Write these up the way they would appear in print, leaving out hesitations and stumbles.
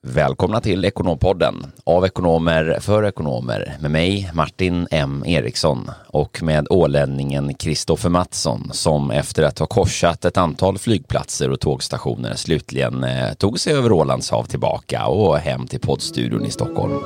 Välkomna till Ekonompodden, av ekonomer för ekonomer, med mig Martin M. Eriksson och med ålänningen Kristoffer Mattsson som efter att ha korsat ett antal flygplatser och tågstationer slutligen tog sig över Ålands hav tillbaka och hem till poddstudion i Stockholm.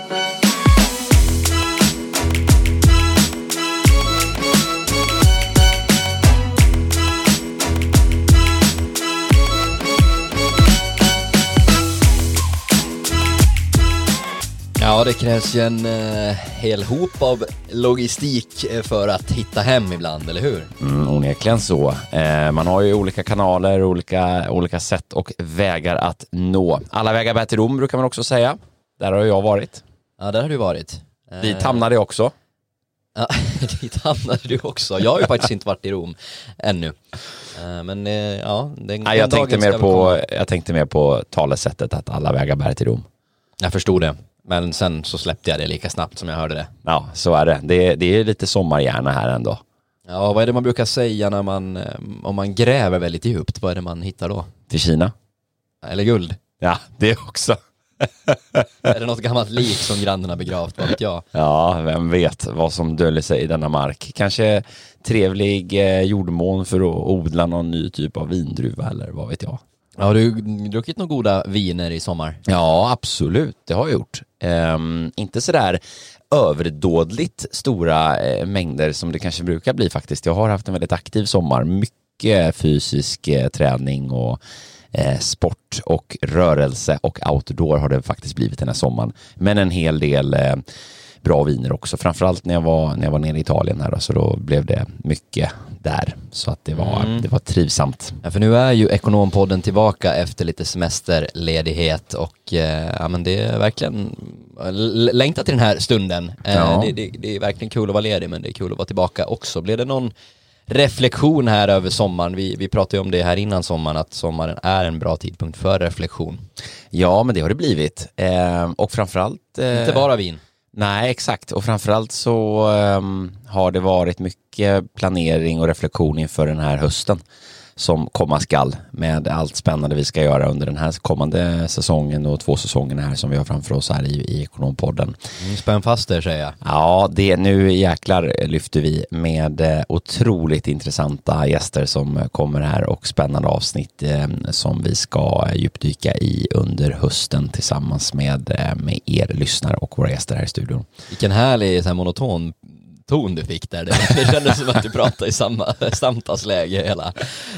Ja, det krävs ju en hel hop av logistik för att hitta hem ibland, eller hur? Onekligen så. Man har ju olika kanaler, olika sätt och vägar att nå. Alla vägar bär till Rom brukar man också säga. Där har jag varit. Ja, där har du varit. Dit hamnade jag också. Ja, dit hamnade du också. Jag har ju faktiskt inte varit i Rom ännu. Men ja, jag tänkte mer på talesättet att alla vägar bär till Rom. Jag förstod det. Men sen så släppte jag det lika snabbt som jag hörde det. Ja, så är det. Det är lite sommarhjärna här ändå. Ja, vad är det man brukar säga när om man gräver väldigt djupt? Vad är det man hittar då? Till Kina. Eller guld. Ja, det också. Är det något gammalt lik som grannarna begravt? Vad vet jag? Ja, vem vet vad som döljer sig i denna mark. Kanske trevlig jordmån för att odla någon ny typ av vindruva eller vad vet jag. Har du druckit några goda viner i sommar? Ja, absolut. Det har jag gjort. Inte sådär överdådligt stora mängder som det kanske brukar bli faktiskt. Jag har haft en väldigt aktiv sommar. Mycket fysisk träning och sport och rörelse och outdoor har det faktiskt blivit den här sommaren. Men en hel del bra viner också. Framförallt när jag var nere i Italien här då, så då blev det mycket där. Så att det var trivsamt. Ja, för nu är ju Ekonompodden tillbaka efter lite semesterledighet och ja, men det är verkligen längtat till den här stunden. Ja. Det är verkligen kul att vara ledig, men det är kul att vara tillbaka också. Blev det någon reflektion här över sommaren? Vi pratade ju om det här innan sommaren, att sommaren är en bra tidpunkt för reflektion. Ja, men det har det blivit. Och framförallt... Inte bara vin. Nej, exakt. Och framförallt så har det varit mycket planering och reflektion inför den här hösten som komma skall med allt spännande vi ska göra under den här kommande säsongen och 2 säsongerna här som vi har framför oss här i Ekonompodden. Spänn fast där, säger jag. Ja, nu jäklar lyfter vi med otroligt intressanta gäster som kommer här och spännande avsnitt som vi ska djupdyka i under hösten tillsammans med er lyssnare och våra gäster här i studion. Vilken härlig så här monoton ton du fick där. Det kändes som att du pratade i samma samtalsläge hela.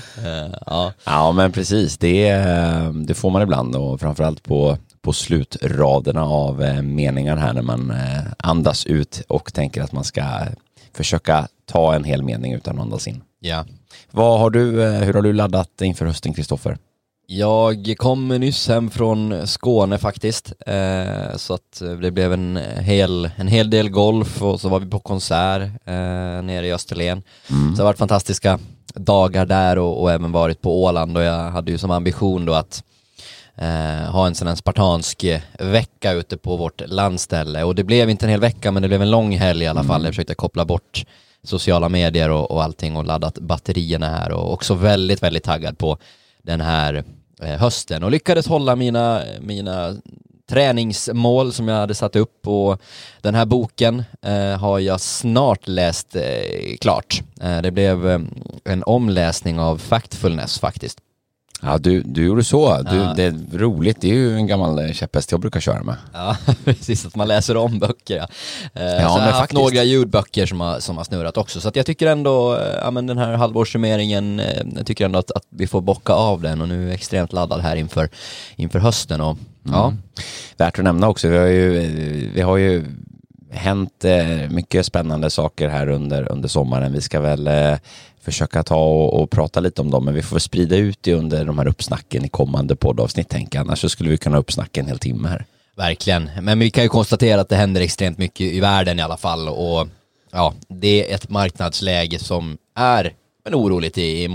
Ja, men precis. Det får man ibland och framförallt på slutraderna av meningar här när man andas ut och tänker att man ska försöka ta en hel mening utan att andas in. Ja. Hur har du laddat inför hösten, Kristoffer? Jag kom nyss hem från Skåne faktiskt, så att det blev en hel del golf och så var vi på konsert nere i Österlen. Så det har varit fantastiska dagar där och även varit på Åland, och jag hade ju som ambition då att ha en sån här spartansk vecka ute på vårt landställe, och det blev inte en hel vecka, men det blev en lång helg i alla fall. Jag försökte koppla bort sociala medier och allting och laddat batterierna här, och också väldigt, väldigt taggad på den här hösten och lyckades hålla mina träningsmål som jag hade satt upp, och den här boken har jag snart läst klart. Det blev en omläsning av Factfulness faktiskt. Ja, du gjorde så. Det är roligt. Det är ju en gammal käpphäst jag brukar köra med. Ja, precis. Att man läser om böcker. Ja. Så men jag har haft faktiskt några ljudböcker som har snurrat också. Så att jag tycker ändå, men den här halvårssummeringen, jag tycker ändå att vi får bocka av den. Och nu är jag extremt laddad här inför hösten. Och, ja. Värt att nämna också, vi har ju hänt mycket spännande saker här under sommaren. Vi ska väl försöka ta och prata lite om dem, men vi får sprida ut det under de här uppsnacken i kommande poddavsnitt, tänker jag. Annars så skulle vi kunna uppsnacka en hel timme här. Verkligen, men vi kan ju konstatera att det händer extremt mycket i världen i alla fall, och ja, det är ett marknadsläge som är oroligt i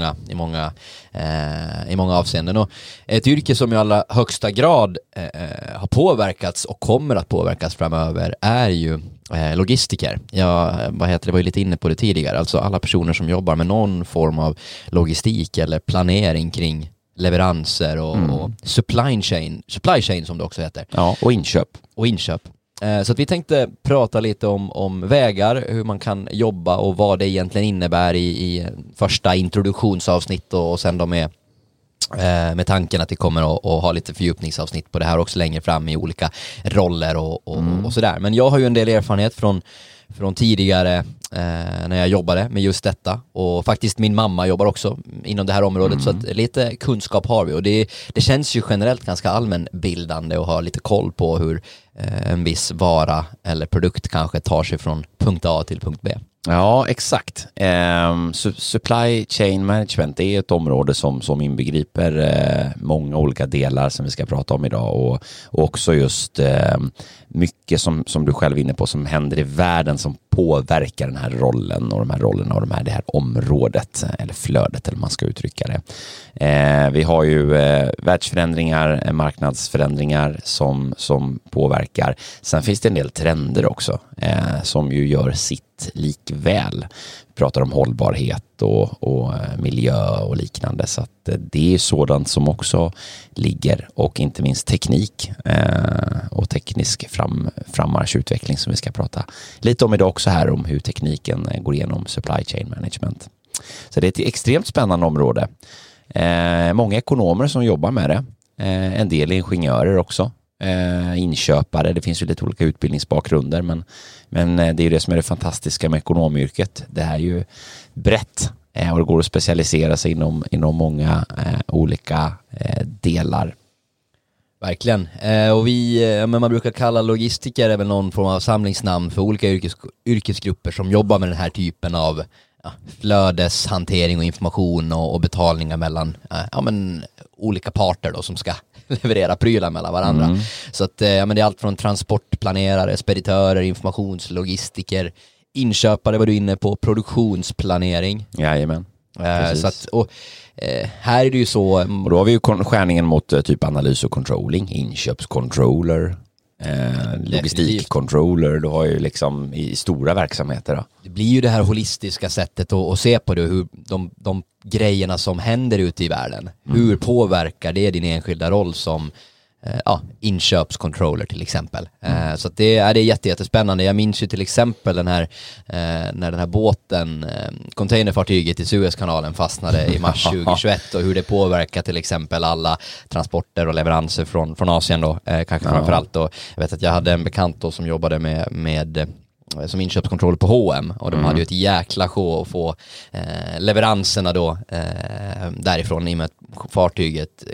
många avseenden, och ett yrke som i allra högsta grad har påverkats och kommer att påverkas framöver är ju logistiker. Jag var ju lite inne på det tidigare, alltså alla personer som jobbar med någon form av logistik eller planering kring leveranser och supply chain som det också heter. Ja, och inköp. Så att vi tänkte prata lite om vägar, hur man kan jobba och vad det egentligen innebär i första introduktionsavsnitt och sen då med tanken att vi kommer att ha lite fördjupningsavsnitt på det här också längre fram i olika roller och sådär. Men jag har ju en del erfarenhet från tidigare när jag jobbade med just detta, och faktiskt min mamma jobbar också inom det här området, så att lite kunskap har vi, och det känns ju generellt ganska allmänbildande att ha lite koll på hur en viss vara eller produkt kanske tar sig från punkt A till punkt B. Ja, exakt. Supply chain management är ett område som inbegriper många olika delar som vi ska prata om idag, och också just mycket som du själv är inne på som händer i världen som påverkar den här rollen och de här rollerna och det här området eller flödet, eller man ska uttrycka det. Vi har ju världsförändringar, marknadsförändringar som påverkar. Sen finns det en del trender också som ju gör sitt likväl. Vi pratar om hållbarhet och miljö och liknande, så att det är sådant som också ligger, och inte minst teknik och teknisk frammarschutveckling som vi ska prata lite om idag också här, om hur tekniken går igenom supply chain management. Så det är ett extremt spännande område. Många ekonomer som jobbar med det, en del ingenjörer också, inköpare, det finns ju lite olika utbildningsbakgrunder, men det är ju det som är det fantastiska med ekonomyrket. Det är ju brett och det går att specialisera sig inom många olika delar. Verkligen. Och men man brukar kalla logistiker är väl någon form av samlingsnamn för olika yrkesgrupper som jobbar med den här typen av flödeshantering och information och betalningar mellan olika parter då, som ska leverera prylar mellan varandra. Så att men det är allt från transportplanerare, speditörer, informationslogistiker, inköpare var du inne på, produktionsplanering. Jajamän. Så att, här är det ju så. Och då har vi ju skärningen mot typ analys och controlling, inköpscontroller, logistikcontroller. Du har ju liksom i stora verksamheter då. Det blir ju det här holistiska sättet att se på det, hur de grejerna som händer ute i världen, hur påverkar det din enskilda roll som inköpscontroller till exempel. Så att det är jättespännande. Jag minns ju till exempel när den här båten, containerfartyget i Suezkanalen fastnade i mars 2021 och hur det påverkar till exempel alla transporter och leveranser från Asien då, kanske framförallt. Och jag vet att jag hade en bekant då som jobbade med som inköpskontroll på H&M, och de hade ju ett jäkla show att få leveranserna då därifrån, i och med att fartyget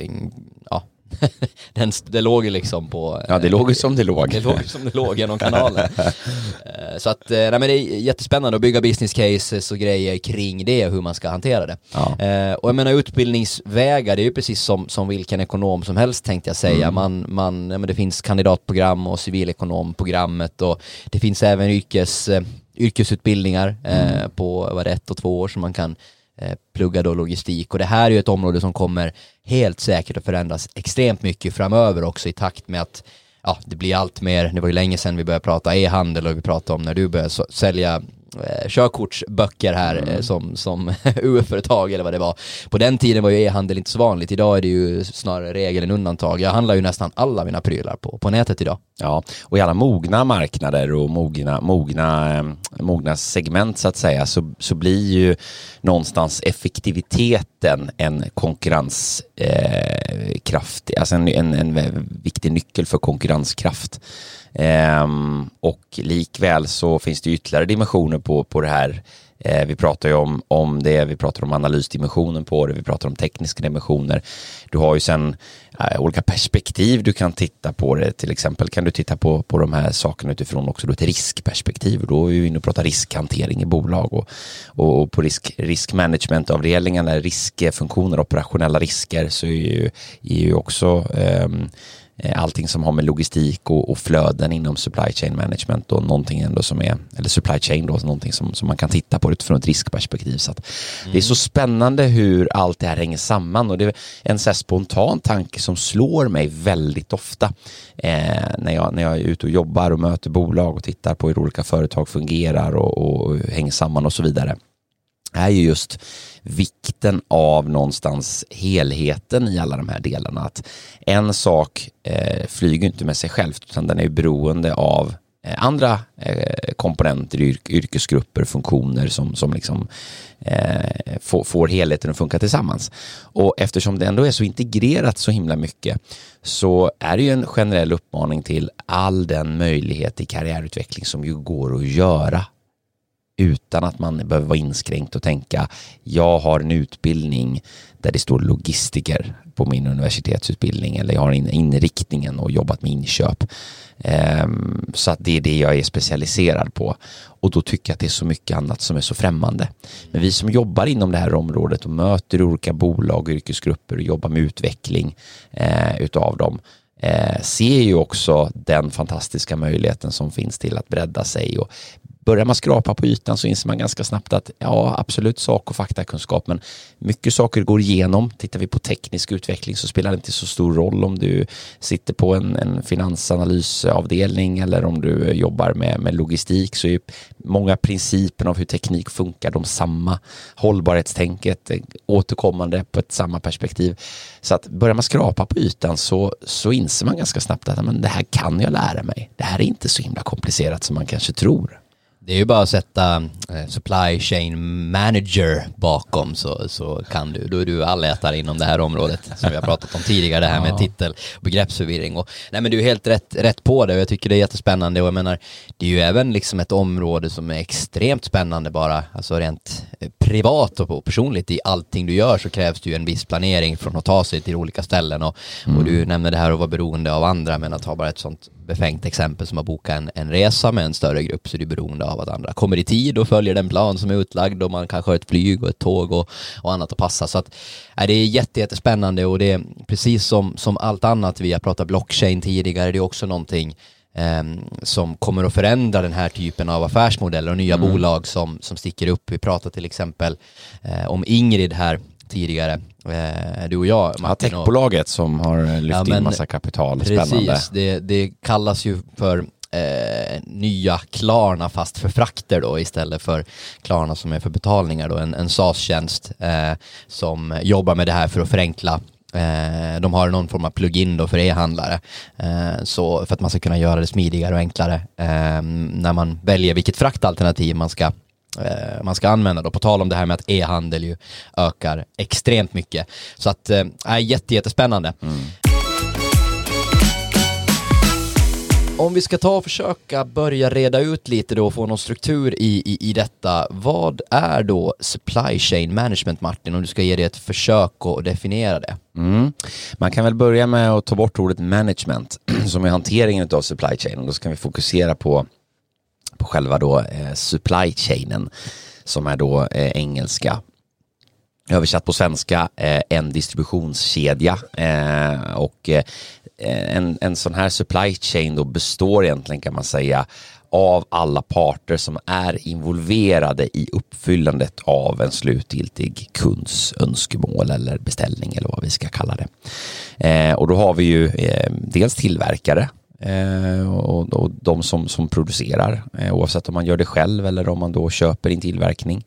det låg ju liksom på... Ja, det låg ju som det låg. Det låg som det låg genom kanalen. Så att, men det är jättespännande att bygga business cases och grejer kring det, hur man ska hantera det. Ja. Och jag menar, utbildningsvägar, det är ju precis som vilken ekonom som helst, tänkte jag säga. Men det finns kandidatprogram och civilekonomprogrammet, och det finns även yrkesutbildningar på 1 och 2 år som man kan plugga då logistik, och det här är ju ett område som kommer helt säkert att förändras extremt mycket framöver också, i takt med att det blir allt mer. Det var ju länge sedan vi började prata e-handel, och vi pratade om när du började sälja körkortsböcker här som UF-företag eller vad det var. På den tiden var ju e-handel inte så vanligt. Idag är det ju snarare regel än undantag. Jag handlar ju nästan alla mina prylar på nätet idag. Ja, och i alla mogna marknader och mogna segment så att säga, så blir ju någonstans effektiviteten en konkurrenskraft, alltså en viktig nyckel för konkurrenskraft. Och likväl så finns det ytterligare dimensioner på det här. Vi pratar ju om det, vi pratar om analysdimensionen på det, vi pratar om tekniska dimensioner. Du har ju sen olika perspektiv du kan titta på det. Till exempel kan du titta på de här sakerna utifrån också då ett riskperspektiv. Då är vi inne och pratar riskhantering i bolag och på riskmanagementavdelningen, eller riskfunktioner, operationella risker, så är ju också allting som har med logistik och flöden inom supply chain management och någonting ändå som är, eller supply chain då, någonting som man kan titta på utifrån ett riskperspektiv. Så att det är så spännande hur allt det här hänger samman, och det är en så här spontan tanke som slår mig väldigt ofta när jag är ute och jobbar och möter bolag och tittar på hur olika företag fungerar och hänger samman och så vidare. är ju just vikten av någonstans helheten i alla de här delarna. Att en sak flyger inte med sig själv, utan den är ju beroende av andra komponenter, yrkesgrupper, funktioner som liksom får helheten att funka tillsammans. Och eftersom det ändå är så integrerat så himla mycket, så är det ju en generell uppmaning till all den möjlighet till karriärutveckling som ju går att göra utan att man behöver vara inskränkt och tänka, jag har en utbildning där det står logistiker på min universitetsutbildning, eller jag har inriktningen och jobbat med inköp. Så att det är det jag är specialiserad på. Och då tycker jag att det är så mycket annat som är så främmande. Men vi som jobbar inom det här området och möter olika bolag och yrkesgrupper och jobbar med utveckling utav dem, ser ju också den fantastiska möjligheten som finns till att bredda sig. Och börjar man skrapa på ytan så inser man ganska snabbt att ja, absolut sak- och faktakunskap, men mycket saker går igenom. Tittar vi på teknisk utveckling så spelar det inte så stor roll om du sitter på en finansanalysavdelning eller om du jobbar med logistik, så är många principer av hur teknik funkar de samma. Hållbarhetstänket återkommande på ett samma perspektiv. Så att börjar man skrapa på ytan så inser man ganska snabbt att men det här kan jag lära mig. Det här är inte så himla komplicerat som man kanske tror. Det är ju bara att sätta supply chain manager bakom så kan du. Då är du allätare inom det här området som vi har pratat om tidigare, det här med titel och begreppsförvirring. Och, nej, men du är helt rätt på det, och jag tycker det är jättespännande. Och jag menar, det är ju även liksom ett område som är extremt spännande bara, alltså rent privat och personligt. I allting du gör så krävs det ju en viss planering från att ta sig till olika ställen. Och du nämner det här att vara beroende av andra, men att ha bara ett sånt befängt exempel som att boka en resa med en större grupp, så är du beroende av att andra kommer i tid och följer den plan som är utlagd, och man kanske har ett flyg och ett tåg och annat att passa. Så att det är jättespännande, och det är precis som allt annat. Vi har pratat blockchain tidigare, det är också någonting som kommer att förändra den här typen av affärsmodeller och nya bolag som sticker upp. Vi pratade till exempel om Ingrid här tidigare, du och jag, Martin. Techbolaget som har lyft in massa kapital. Precis, spännande. Det kallas ju för nya Klarna fast för frakter då, istället för Klarna som är för betalningar då, en SaaS-tjänst som jobbar med det här för att förenkla. De har någon form av plugin då för e-handlare, så för att man ska kunna göra det smidigare och enklare när man väljer vilket fraktalternativ man ska använda då, på tal om det här med att e-handel ju ökar extremt mycket. Så att jättespännande. Om vi ska ta och försöka börja reda ut lite då och få någon struktur i detta. Vad är då supply chain management, Martin, om du ska ge det ett försök och definiera det? Man kan väl börja med att ta bort ordet management som är hanteringen av supply chain, och då ska vi fokusera på själva då supply chainen, som är då engelska. Översatt på svenska en distributionskedja, och en sån här supply chain då består egentligen, kan man säga, av alla parter som är involverade i uppfyllandet av en slutgiltig kunds önskemål eller beställning, eller vad vi ska kalla det. Och då har vi ju dels tillverkare och de som producerar, oavsett om man gör det själv eller om man då köper in tillverkning.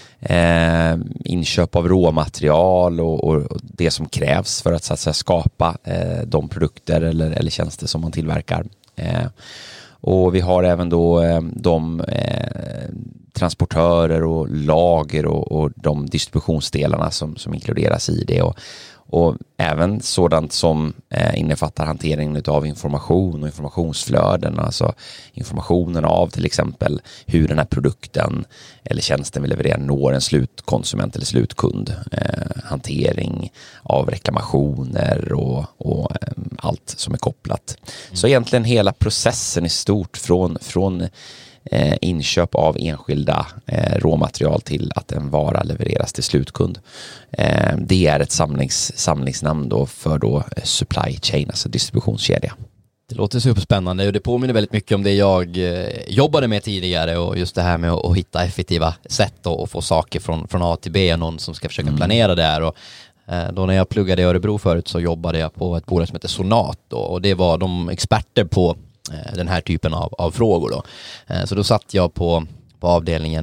Inköp av råmaterial och det som krävs för att, så att säga, skapa de produkter eller tjänster som man tillverkar. Och vi har även då de transportörer och lager och de distributionsdelarna som inkluderas i det. Och även sådant som innefattar hanteringen av information och informationsflöden, alltså informationen av till exempel hur den här produkten eller tjänsten vi levererar når en slutkonsument eller slutkund, hantering av reklamationer och allt som är kopplat. Så egentligen hela processen är stort från inköp av enskilda råmaterial till att en vara levereras till slutkund. Det är ett samlingsnamn då för då supply chain, alltså distributionskedja. Det låter superspännande, och det påminner väldigt mycket om det jag jobbade med tidigare, och just det här med att hitta effektiva sätt och få saker från A till B, och någon som ska försöka planera det här. Och då när jag pluggade i Örebro förut så jobbade jag på ett bolag som heter Sonat då, och det var de experter på den här typen av frågor då. Så då satt jag på avdelningen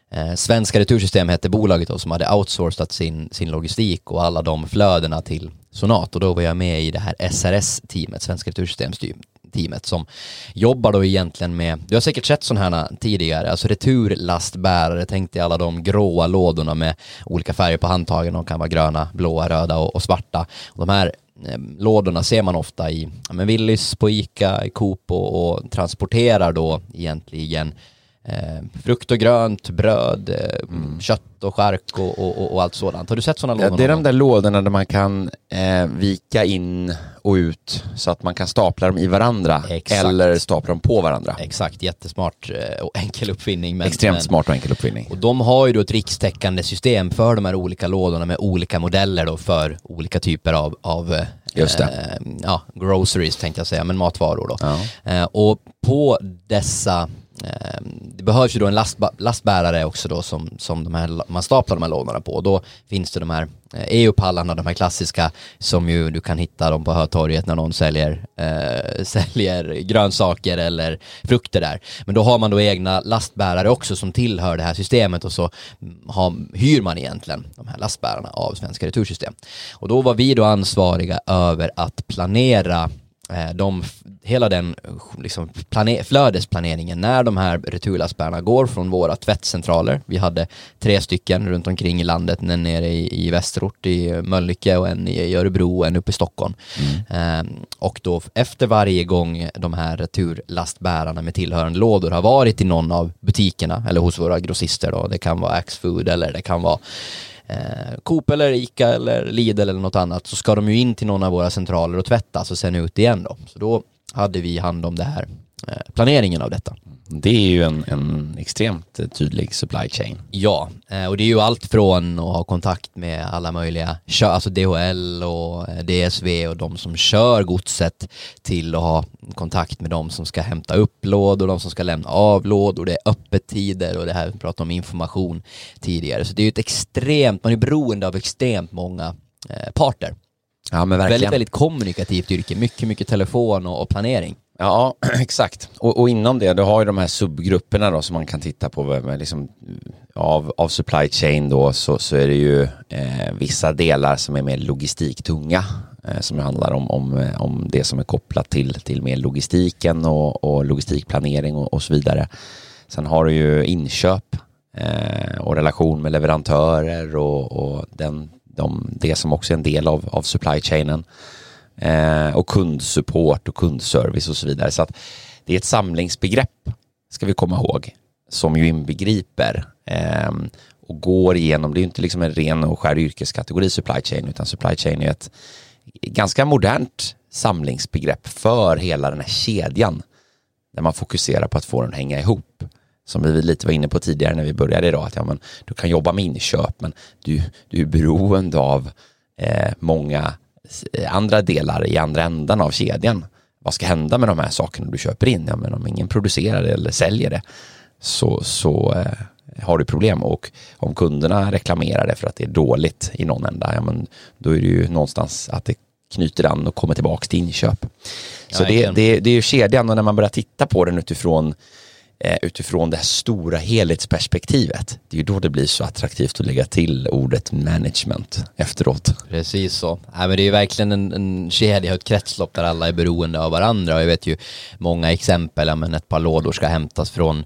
Svenska Retursystem hette bolaget då, som hade outsourcat sin logistik och alla de flödena till Sonat, och då var jag med i det här SRS-teamet, Svenska Retursystem-teamet, som jobbar då egentligen med, du har säkert sett sådana här tidigare, alltså returlastbärare, tänkte alla de gråa lådorna med olika färger på handtagen, de kan vara gröna, blåa, röda och svarta. Och de här lådorna ser man ofta i Willys, på Ica, i Coop och transporterar då egentligen frukt och grönt, bröd, kött och skärk och allt sådant. Har du sett sådana lådor? Det är de där lådorna där man kan vika in och ut så att man kan stapla dem i varandra. Exakt. Eller stapla dem på varandra. Exakt, jättesmart och enkel uppfinning. Extremt smart och enkel uppfinning. Och de har ju då ett rikstäckande system för de här olika lådorna med olika modeller då för olika typer av just det. Groceries tänkte jag säga, men matvaror då. Ja. Och på dessa det behövs ju då en lastbärare också då som de här, man staplar de här lådorna på. Och då finns det de här EU-pallarna, de här klassiska, som ju du kan hitta dem på Hötorget när någon säljer grönsaker eller frukter där. Men då har man då egna lastbärare också som tillhör det här systemet, och så hyr man egentligen de här lastbärarna av Svenska Retursystem. Och då var vi då ansvariga över att planera hela den liksom flödesplaneringen när de här returlastbärarna går från våra tvättcentraler. Vi hade 3 stycken runt omkring i landet, en nere i Västerort i Mölnlycke och en i Örebro och en uppe i Stockholm. Och då efter varje gång de här returlastbärarna med tillhörande lådor har varit i någon av butikerna eller hos våra grossister då, det kan vara Axfood eller det kan vara Coop eller Ica eller Lidl eller något annat, så ska de ju in till någon av våra centraler och tvättas och sen ut igen då. Så då hade vi hand om det här, planeringen av detta. Det är ju en extremt tydlig supply chain. Ja, och det är ju allt från att ha kontakt med alla möjliga, alltså DHL och DSV och de som kör godset, till att ha kontakt med de som ska hämta upp lådor, de som ska lämna av lådor, det är öppettider och det här vi pratade om information tidigare. Så det är ju man är beroende av extremt många parter. Ja, men verkligen. Väldigt, väldigt kommunikativt yrke, mycket telefon och planering. Ja, exakt. Och inom det, du har ju de här subgrupperna då som man kan titta på liksom, av supply chain då, så är det ju vissa delar som är mer logistiktunga, som handlar om det som är kopplat till mer logistiken och logistikplanering och så vidare. Sen har du ju inköp och relation med leverantörer och det som också är en del av supply chainen. Och kundsupport och kundservice och så vidare. Så att det är ett samlingsbegrepp, ska vi komma ihåg, som ju inbegriper och går igenom, det är ju inte liksom en ren och skär yrkeskategori supply chain, utan supply chain är ett ganska modernt samlingsbegrepp för hela den här kedjan, där man fokuserar på att få den hänga ihop. Som vi lite var inne på tidigare när vi började idag, att du kan jobba med inköp, men du är beroende av många andra delar i andra ändan av kedjan. Vad ska hända med de här sakerna du köper in? Ja, men om ingen producerar det eller säljer det, så har du problem. Och om kunderna reklamerar det för att det är dåligt i någon ända, ja, men då är det ju någonstans att det knyter an och kommer tillbaka till inköp. Så det är ju kedjan, och när man börjar titta på den utifrån det här stora helhetsperspektivet, det är ju då det blir så attraktivt att lägga till ordet management efteråt. Precis så. Ja, men det är ju verkligen en kedja, ett kretslopp där alla är beroende av varandra. Och jag vet ju många exempel, men ett par lådor ska hämtas från,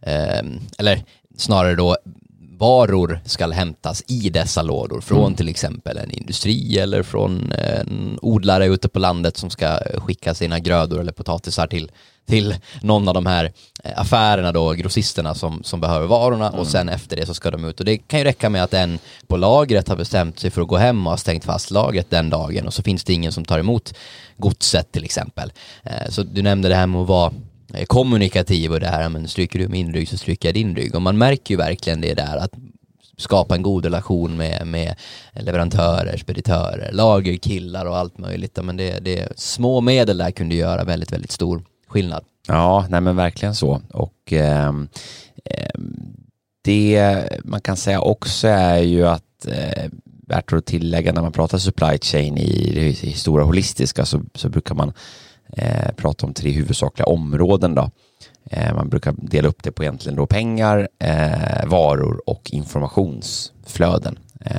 eller snarare då varor ska hämtas i dessa lådor från till exempel en industri eller från en odlare ute på landet som ska skicka sina grödor eller potatisar till någon av de här affärerna då, grossisterna som behöver varorna, och sen efter det så ska de ut. Och det kan ju räcka med att en på lagret har bestämt sig för att gå hem och har stängt fast lagret den dagen, och så finns det ingen som tar emot godset till exempel. Så du nämnde det här med att vara kommunikativ och det här, men stryker du min rygg så stryker jag din rygg. Och man märker ju verkligen det där, att skapa en god relation med leverantörer, speditörer, lagerkillar och allt möjligt. Men det små medel där kunde göra väldigt, väldigt stor skillnad. Ja, nej men verkligen så. Och det man kan säga också är ju att värt att tillägga, när man pratar supply chain i det stora holistiska, så brukar man prata om 3 huvudsakliga områden då. Man brukar dela upp det på egentligen då pengar, varor och informationsflöden.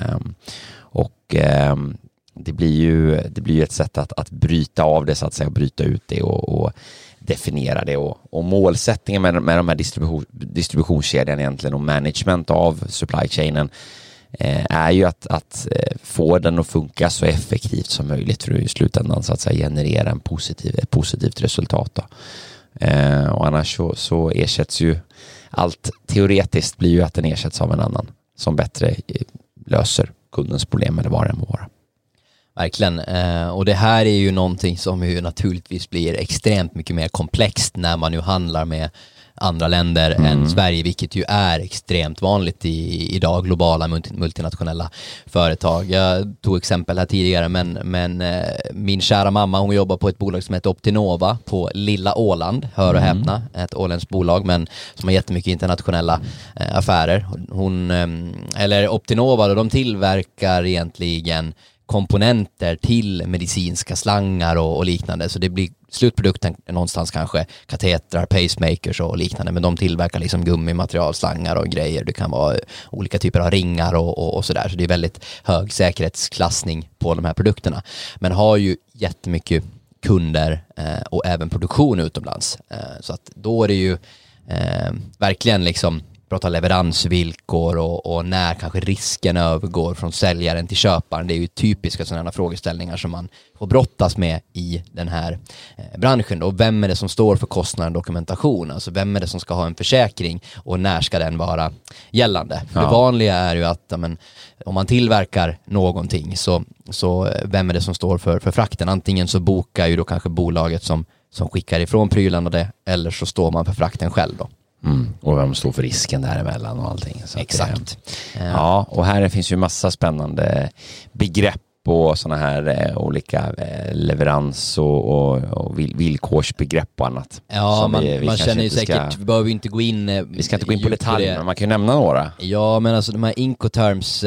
Det blir ju ett sätt att bryta av det så att säga, och bryta ut det och definiera det. Och målsättningen med de här distributionskedjan egentligen och management av supply chainen är ju att få den att funka så effektivt som möjligt för att i slutändan så att säga generera ett positivt resultat då. Och annars så ersätts ju allt teoretiskt blir ju att den ersätts av en annan som bättre löser kundens problem eller vad det må vara. Verkligen, och det här är ju någonting som ju naturligtvis blir extremt mycket mer komplext när man nu handlar med andra länder än Sverige, vilket ju är extremt vanligt idag, globala multinationella företag. Jag tog exempel här tidigare, men min kära mamma, hon jobbar på ett bolag som heter Optinova på Lilla Åland, hör och häpna, ett åländskt bolag men som har jättemycket internationella affärer. Optinova, de tillverkar egentligen komponenter till medicinska slangar och liknande, så det blir slutprodukten någonstans kanske katetrar, pacemakers och liknande, men de tillverkar liksom gummimaterialslangar och grejer. Det kan vara olika typer av ringar och sådär, så det är väldigt hög säkerhetsklassning på de här produkterna, men har ju jättemycket kunder och även produktion utomlands, så att då är det ju verkligen liksom prata leveransvillkor och när kanske risken övergår från säljaren till köparen. Det är ju typiska sådana frågeställningar som man får brottas med i den här branschen. Och vem är det som står för kostnaden dokumentation? Alltså vem är det som ska ha en försäkring och när ska den vara gällande? För det vanliga är ju att om man tillverkar någonting så vem är det som står för frakten? Antingen så bokar ju då kanske bolaget som skickar ifrån prylarna det, eller så står man för frakten själv då. Och vem står för risken däremellan och allting. Så exakt. Ja, och här finns ju massa spännande begrepp och såna här olika leverans och villkorsbegrepp och annat. Ja, man känner ju säkert, vi behöver inte gå in. Vi ska inte gå in på detaljer, men man kan ju nämna några. Ja, men alltså de här Incoterms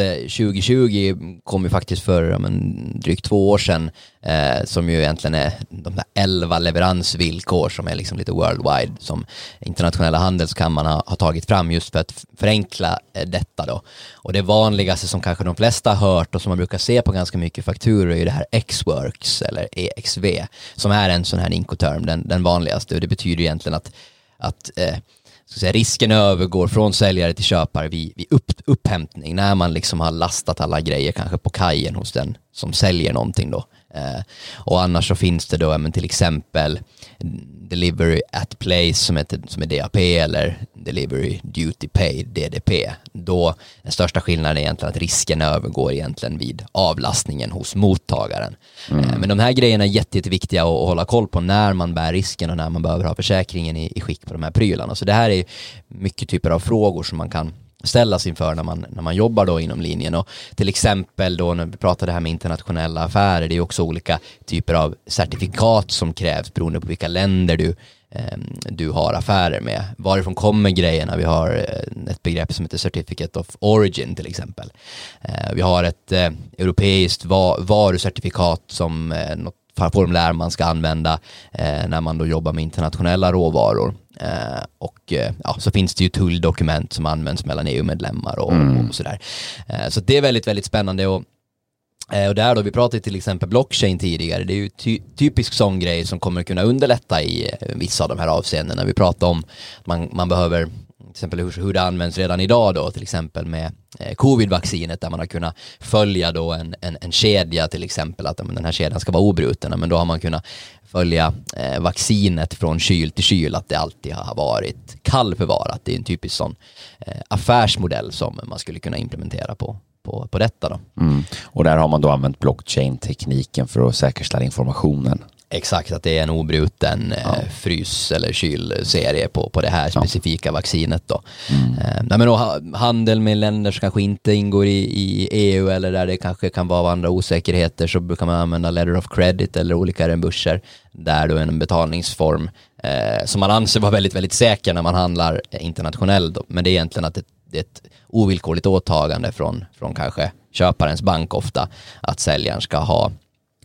2020 kom ju faktiskt för drygt 2 år sedan, som ju egentligen är de där 11 leveransvillkor som är liksom lite worldwide, som internationella handelskammaren har tagit fram just för att förenkla detta då. Och det vanligaste som kanske de flesta har hört och som man brukar se på ganska mycket fakturor är ju det här X-Works eller EXV, som är en sån här Incoterm, den vanligaste, och det betyder egentligen att risken övergår från säljare till köpare vid upphämtning, när man liksom har lastat alla grejer kanske på kajen hos den som säljer någonting då. Och annars så finns det då till exempel Delivery at Place som är DAP, eller Delivery Duty Paid, DDP. Då den största skillnaden är egentligen att risken övergår egentligen vid avlastningen hos mottagaren. Men de här grejerna är jätteviktiga att hålla koll på när man bär risken och när man behöver ha försäkringen i skick på de här prylarna. Så det här är mycket typer av frågor som man kan ställas inför när man jobbar då inom linjen. Och till exempel då när vi pratar det här med internationella affärer, det är också olika typer av certifikat som krävs beroende på vilka länder du har affärer med. Varifrån kommer grejerna? Vi har ett begrepp som heter Certificate of Origin till exempel. Vi har ett europeiskt varucertifikat som något formulär man ska använda när man då jobbar med internationella råvaror. Och så finns det ju tulldokument som används mellan EU-medlemmar och sådär. Så det är väldigt, väldigt spännande. Och där då, vi pratade till exempel blockchain tidigare, det är ju typisk sån grej som kommer kunna underlätta i vissa av de här avseendena. Vi pratar om man behöver till exempel hur det används redan idag då, till exempel med covid-vaccinet, där man har kunnat följa då en kedja till exempel, att den här kedjan ska vara obruten, men då har man kunnat följa vaccinet från kyl till kyl, att det alltid har varit kallförvarat. Det är en typisk sån affärsmodell som man skulle kunna implementera på detta då. Och där har man då använt blockchain-tekniken för att säkerställa informationen. Exakt, att det är en obruten frys- eller kylserie på det här specifika vaccinet då. Men då, handel med länder som kanske inte ingår i EU eller där det kanske kan vara andra osäkerheter, så brukar man använda letter of credit eller olika reimburser, där då är en betalningsform som man anser vara väldigt, väldigt säker när man handlar internationellt då. Men det är egentligen att det är ett ovillkorligt åtagande från kanske köparens bank ofta, att säljaren ska ha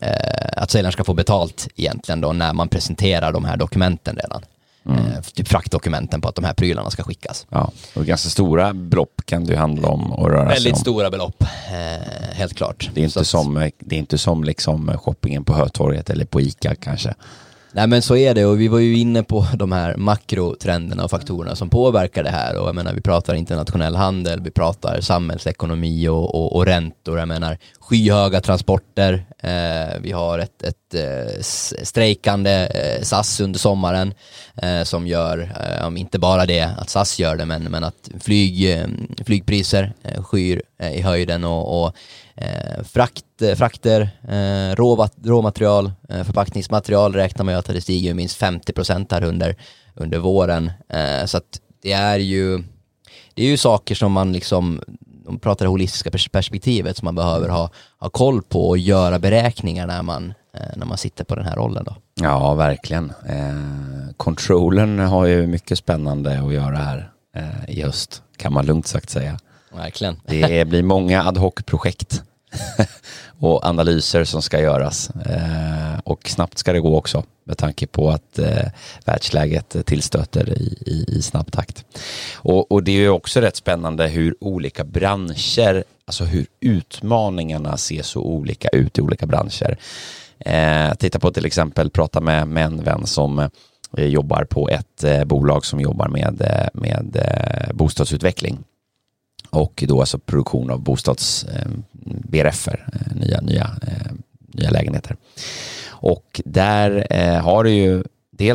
att säljaren ska få betalt egentligen då när man presenterar de här dokumenten redan. Typ fraktdokumenten på att de här prylarna ska skickas. Ja, och ganska stora belopp kan det ju handla om och röra sig om. Väldigt stora belopp, helt klart. Det är inte som liksom shoppingen på Hötorget eller på ICA kanske. Nej, men så är det, och vi var ju inne på de här makrotrenderna och faktorerna som påverkar det här, och jag menar, vi pratar internationell handel, vi pratar samhällsekonomi och räntor, jag menar skyhöga transporter, vi har ett strejkande SAS under sommaren som gör, inte bara det att SAS gör det, men att flygpriser skyr i höjden och frakter, råmaterial, förpackningsmaterial räknar man ju att det stiger minst 50% här under våren. Så att det är ju saker som man liksom, de pratar det holistiska perspektivet som man behöver ha koll på och göra beräkningar när man sitter på den här rollen då. Ja, verkligen. Controllern har ju mycket spännande att göra här i höst, kan man lugnt sagt säga. Verkligen. Det blir många ad hoc-projekt och analyser som ska göras. Och snabbt ska det gå också med tanke på att världsläget tillstöter i snabb takt. Och det är ju också rätt spännande hur olika branscher, alltså hur utmaningarna ser så olika ut i olika branscher. Titta på till exempel, prata med en vän som jobbar på ett bolag som jobbar med bostadsutveckling. Och då alltså produktion av BRF:er, nya lägenheter. Och där har du ju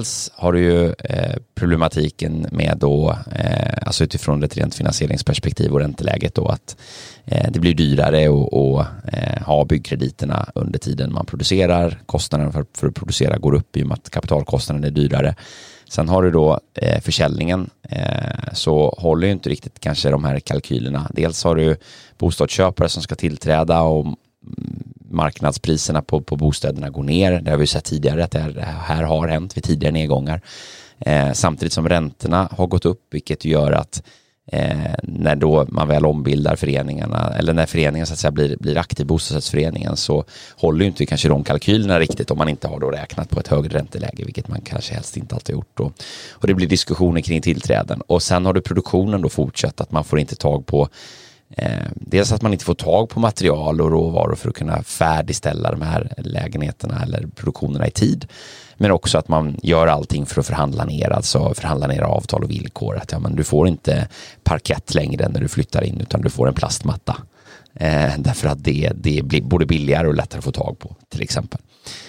problematiken med då, alltså utifrån ett rent finansieringsperspektiv och ränteläget då, att det blir dyrare att ha byggkrediterna under tiden man producerar. Kostnaden för att producera går upp i och med att kapitalkostnaden är dyrare. Sen har du då försäljningen, så håller ju inte riktigt kanske de här kalkylerna. Dels har du bostadsköpare som ska tillträda och marknadspriserna på bostäderna går ner. Det har vi sett tidigare att det här har hänt vid tidigare nedgångar. Samtidigt som räntorna har gått upp, vilket gör att när då man väl ombildar föreningarna, eller när föreningen så att säga blir aktiv bostadsrättsföreningen, så håller ju inte kanske de kalkylerna riktigt om man inte har då räknat på ett högre ränteläge, vilket man kanske helst inte alltid har gjort då. Och det blir diskussioner kring tillträden. Och sen har du produktionen då fortsatt, att man får inte tag på dels att man inte får tag på material och råvaror för att kunna färdigställa de här lägenheterna eller produktionerna i tid. Men också att man gör allting för att förhandla ner avtal och villkor. Att men du får inte parkett längre när du flyttar in, utan du får en plastmatta. Därför att det blir både billigare och lättare att få tag på, till exempel.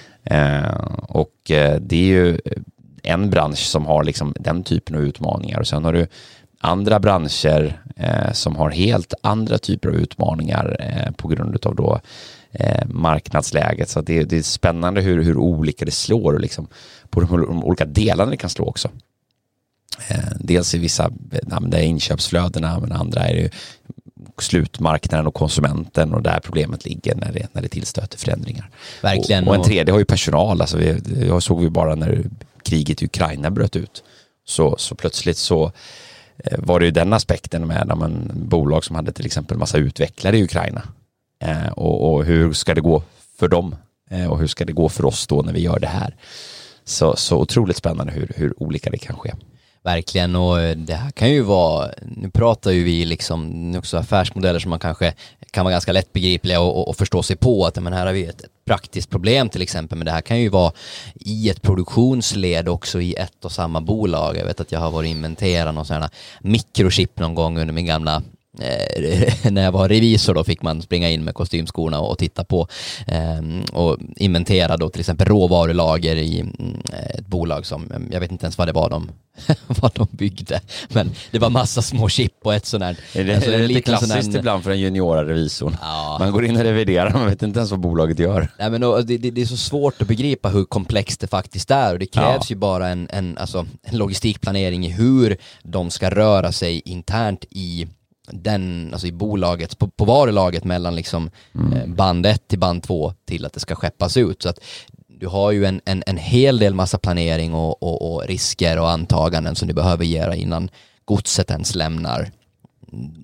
Och det är ju en bransch som har liksom den typen av utmaningar. Och sen har du andra branscher som har helt andra typer av utmaningar på grund av då marknadsläget. Så det är spännande hur olika det slår och liksom på de olika delarna det kan slå också. Dels i vissa det är inköpsflödena, men andra är ju slutmarknaden och konsumenten, och där problemet ligger när det tillstöter förändringar. Verkligen. Och en tredje har ju personal. Alltså jag såg ju bara när kriget i Ukraina bröt ut, så plötsligt så var det ju den aspekten med bolag som hade till exempel massa utvecklare i Ukraina. Och hur ska det gå för dem? Och hur ska det gå för oss då när vi gör det här? Så otroligt spännande hur olika det kan ske. Verkligen, och det här kan ju vara, nu pratar ju vi liksom också affärsmodeller som man kanske kan vara ganska lättbegripliga och förstå sig på, att men här har vi ett praktiskt problem till exempel, men det här kan ju vara i ett produktionsled också i ett och samma bolag. Jag vet att jag har varit inventera någon sån här mikrochip någon gång under min gamla när jag var revisor, då fick man springa in med kostymskorna och titta på och inventera då till exempel råvarulager i ett bolag som, jag vet inte ens vad det var vad de byggde, men det var massa små chip och ett sån här. Det är lite klassiskt ibland för en juniora revisorn. Ja. Man går in och reviderar, man vet inte ens vad bolaget gör. Nej, men det är så svårt att begripa hur komplext det faktiskt är, och det krävs ju bara en logistikplanering i hur de ska röra sig internt i i bolaget, på varulaget mellan liksom band 1 till band 2 till att det ska skeppas ut. Så att du har ju en hel del massa planering och risker och antaganden som du behöver göra innan godset ens lämnar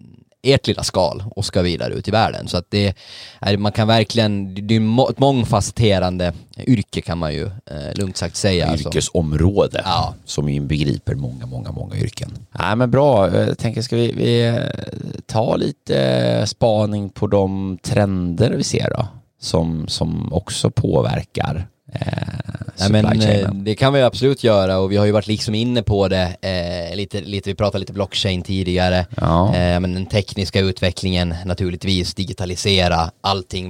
ert lilla skal och ska vidare ut i världen. Så att man kan verkligen, det är ett mångfacetterande yrke kan man ju lugnt sagt säga. Yrkesområde som ju begriper många yrken. Nej, men bra, jag tänker ska vi ta lite spaning på de trender vi ser då som också påverkar supply chainen. Det kan vi absolut göra, och vi har ju varit liksom inne på det lite, vi pratade lite blockchain tidigare, men den tekniska utvecklingen naturligtvis, digitalisera allting,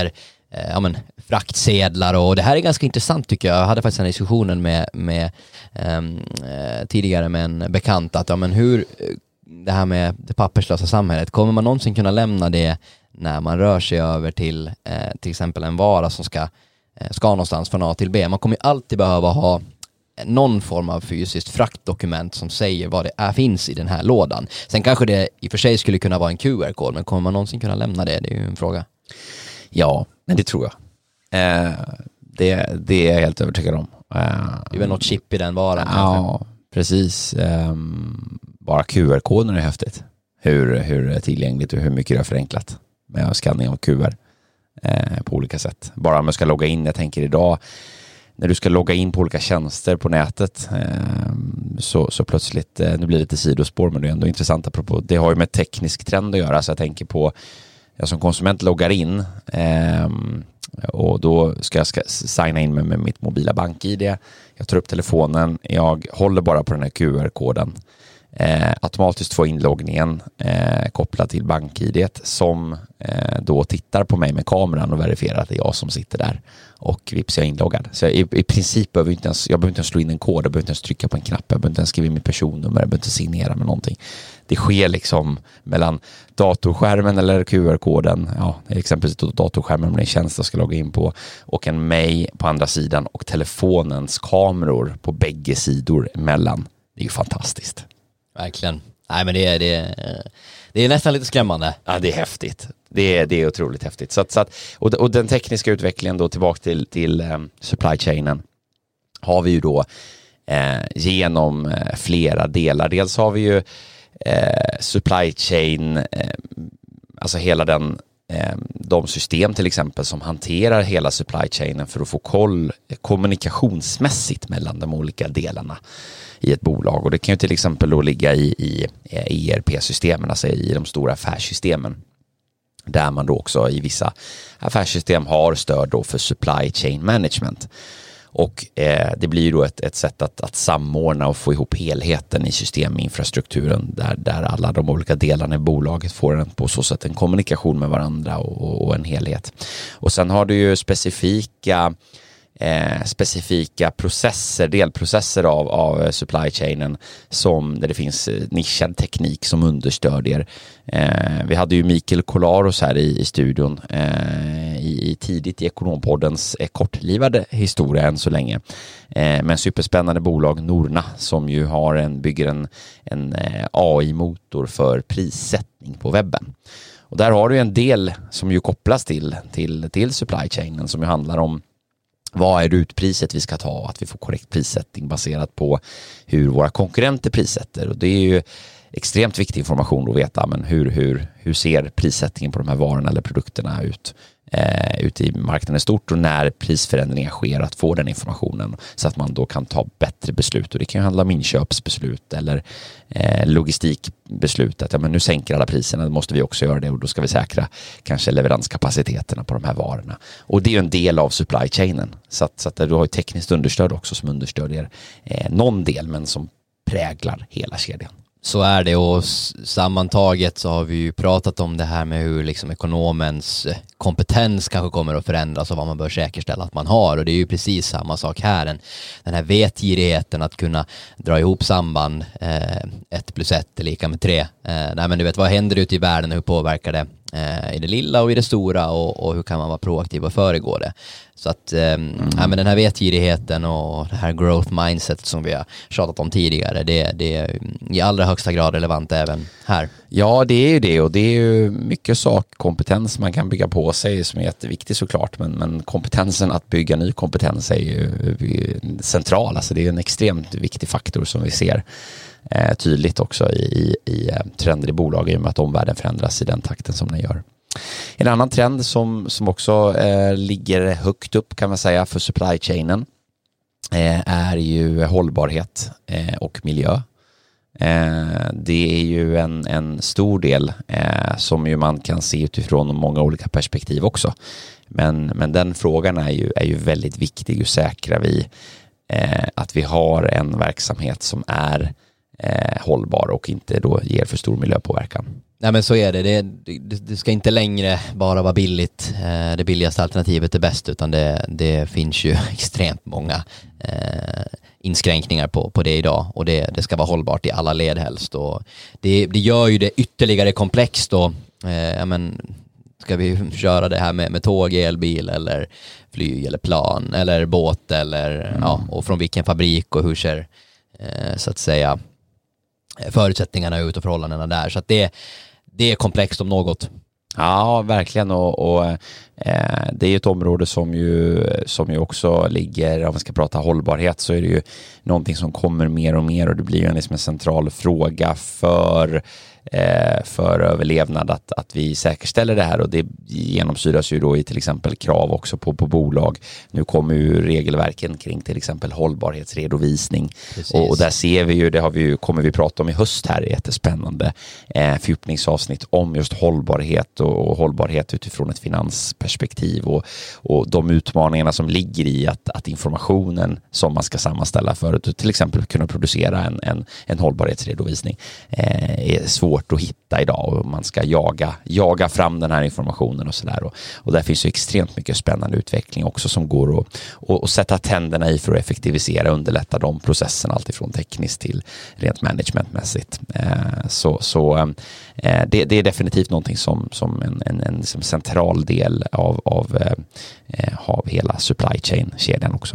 fraktsedlar, och det här är ganska intressant tycker jag. Jag hade faktiskt en diskussionen med tidigare med en bekant att hur det här med det papperslösa samhället, kommer man någonsin kunna lämna det när man rör sig över till exempel en vara som ska någonstans från A till B. Man kommer ju alltid behöva ha någon form av fysiskt fraktdokument som säger vad det finns i den här lådan. Sen kanske det i och för sig skulle kunna vara en QR-kod, men kommer man någonsin kunna lämna det? Det är ju en fråga. Ja, men det tror jag. Det är jag helt övertygad om. Det är väl något chip i den varan. Ja, kanske. Precis. Bara QR-koden är häftigt. Hur tillgängligt och hur mycket det är förenklat med skanning av QR på olika sätt. Bara om jag ska logga in, jag tänker idag när du ska logga in på olika tjänster på nätet så plötsligt, nu blir det lite sidospår, men det är ändå intressant apropå, det har ju med teknisk trend att göra, så jag tänker på, jag som konsument loggar in och då ska jag signa in med mitt mobila bank-ID. Jag tar upp telefonen, jag håller bara på den här QR-koden. Automatiskt få inloggningen kopplad till bank-ID som då tittar på mig med kameran och verifierar att det är jag som sitter där, och vips, jag är inloggad. Så i princip behöver jag behöver inte ens slå in en kod, jag behöver inte ens trycka på en knapp, jag behöver inte ens skriva in mitt personnummer, jag behöver inte signera med någonting. Det sker liksom mellan datorskärmen eller QR-koden, exempelvis datorskärmen om det är en tjänst jag ska logga in på, och en mig på andra sidan och telefonens kameror på bägge sidor emellan. Det är ju fantastiskt. Verkligen. Nej, men det är nästan lite skrämmande. Ja, det är häftigt. Det är otroligt häftigt. Och den tekniska utvecklingen då, tillbaka till supply chainen, har vi ju då genom flera delar. Dels har vi ju supply chain, alltså hela de system till exempel som hanterar hela supply chainen för att få koll kommunikationsmässigt mellan de olika delarna i ett bolag. Och det kan ju till exempel då ligga i ERP-systemen, alltså i de stora affärssystemen, där man då också i vissa affärssystem har stöd då för supply chain management. Och det blir ju då ett sätt att samordna och få ihop helheten i systeminfrastrukturen där alla de olika delarna i bolaget får på så sätt en kommunikation med varandra och en helhet. Och sen har du ju specifika processer, delprocesser av supply chainen där det finns nischad teknik som understödjer. Vi hade ju Mikael Kolaros här i studion tidigt i Ekonompoddens kortlivade historia än så länge, med en superspännande bolag, Norna, som ju bygger en AI-motor för prissättning på webben. Och där har du en del som ju kopplas till supply chainen, som ju handlar om vad är rutpriset vi ska ta, att vi får korrekt prissättning baserat på hur våra konkurrenter prissätter. Och det är ju extremt viktig information att veta, men hur ser prissättningen på de här varorna eller produkterna ut i marknaden stort, och när prisförändringar sker, att få den informationen så att man då kan ta bättre beslut. Och det kan ju handla om inköpsbeslut eller logistikbeslut, att nu sänker alla priserna, då måste vi också göra det, och då ska vi säkra kanske leveranskapaciteterna på de här varorna. Och det är ju en del av supply chainen, så att du har ju tekniskt understöd också som understödjer någon del, men som präglar hela kedjan. Så är det, och sammantaget så har vi ju pratat om det här med hur liksom ekonomens kompetens kanske kommer att förändras och vad man bör säkerställa att man har, och det är ju precis samma sak här, den här vetgirigheten att kunna dra ihop samband, 1 + 1 är lika med 3. Nej, men du vet, vad händer ute i världen och hur påverkar det i det lilla och i det stora, och hur kan man vara proaktiv och föregå det. Så att men den här vetgirigheten och det här growth mindset som vi har tjatat om tidigare, det är i allra högsta grad relevant även här. Ja, det är ju det, och det är ju mycket sakkompetens man kan bygga på sig som är jätteviktig såklart, men kompetensen att bygga ny kompetens är ju central, alltså det är en extremt viktig faktor som vi ser tydligt också i trender i bolag i och med att omvärlden förändras i den takten som den gör. En annan trend som också ligger högt upp kan man säga för supply chainen är ju hållbarhet och miljö. Det är ju en stor del som ju man kan se utifrån många olika perspektiv också. Men den frågan är ju väldigt viktig. Hur säkrar vi att vi har en verksamhet som är hållbar och inte då ger för stor miljöpåverkan? Nej, men så är det. Det ska inte längre bara vara billigt. Det billigaste alternativet är bäst, utan det finns ju extremt många inskränkningar på det idag, och det ska vara hållbart i alla led helst. Och det gör ju det ytterligare komplext då. Ska vi köra det här med tåg, elbil eller flyg eller plan eller båt eller och från vilken fabrik och hur ser så att säga förutsättningarna ut och förhållandena där. Så att det är komplext om något. Ja, verkligen, och det är ju ett område som ju också ligger, om vi ska prata hållbarhet, så är det ju någonting som kommer mer och mer, och det blir ju en central fråga för överlevnad att vi säkerställer det här, och det genomsyras ju då i till exempel krav också på bolag. Nu kommer ju regelverken kring till exempel hållbarhetsredovisning. Och där ser vi ju, kommer vi prata om i höst här, jättespännande fördjupningsavsnitt om just hållbarhet och hållbarhet utifrån ett finansperspektiv och de utmaningarna som ligger i att informationen som man ska sammanställa för att till exempel kunna producera en hållbarhetsredovisning är svårt att hitta idag, och man ska jaga fram den här informationen och sådär, och där finns ju extremt mycket spännande utveckling också som går att sätta tänderna i för att effektivisera och underlätta de processerna, alltifrån tekniskt till rent managementmässigt. Det är definitivt någonting som en central del av hela supply chain-kedjan också.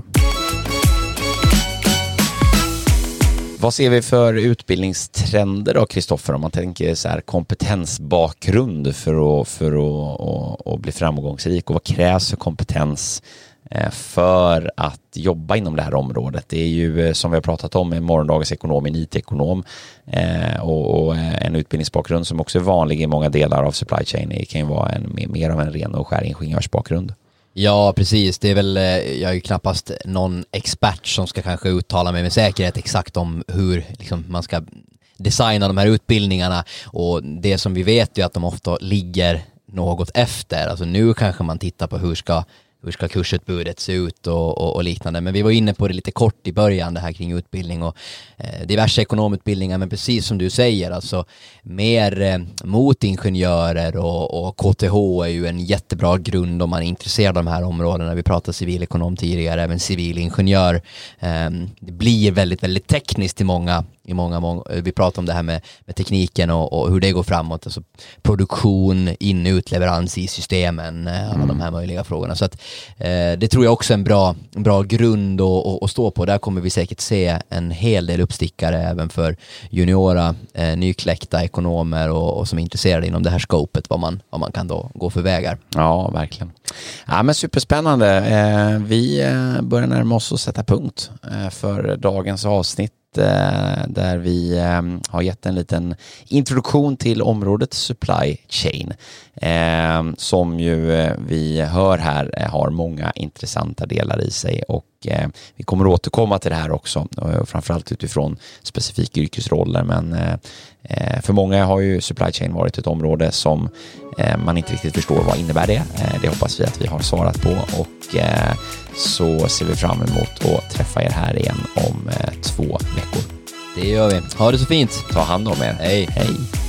Vad ser vi för utbildningstrender då, Kristoffer, om man tänker så här kompetensbakgrund för att bli framgångsrik, och vad krävs för kompetens för att jobba inom det här området? Det är ju, som vi har pratat om, en morgondagens ekonom, en IT-ekonom och en utbildningsbakgrund som också är vanlig i många delar av supply chain. Det kan ju vara mer av en ren och skär ingenjörsbakgrund. Ja, precis. Det är väl, jag är ju knappast någon expert som ska kanske uttala mig med säkerhet exakt om hur liksom, man ska designa de här utbildningarna, och det som vi vet är att de ofta ligger något efter. Alltså nu kanske man tittar på hur ska kursutbudet se ut och liknande. Men vi var inne på det lite kort i början, det här kring utbildning och diverse ekonomutbildningar. Men precis som du säger, alltså mer mot ingenjörer och KTH är ju en jättebra grund om man är intresserad av de här områdena. Vi pratade civilekonom tidigare, även civilingenjör. Det blir väldigt, väldigt tekniskt i många. Vi pratar om det här med tekniken och hur det går framåt, alltså produktion, utleverans i systemen, alla de här möjliga frågorna. Så att det tror jag också är en bra grund att stå på. Där kommer vi säkert se en hel del uppstickare även för juniora, nykläckta ekonomer och som är intresserade inom det här scopet, vad man kan då gå för vägar. Ja, verkligen. Ja, men superspännande. Vi börjar närma oss att sätta punkt för dagens avsnitt, där vi har gett en liten introduktion till området supply chain, som ju vi hör här har många intressanta delar i sig, och vi kommer att återkomma till det här också, framförallt utifrån specifika yrkesroller, men för många har ju supply chain varit ett område som man inte riktigt förstår vad innebär det. Det hoppas vi att vi har svarat på, och så ser vi fram emot att träffa er här igen om 2 veckor. Det gör vi. Ha det så fint. Ta hand om er. Hej. Hej.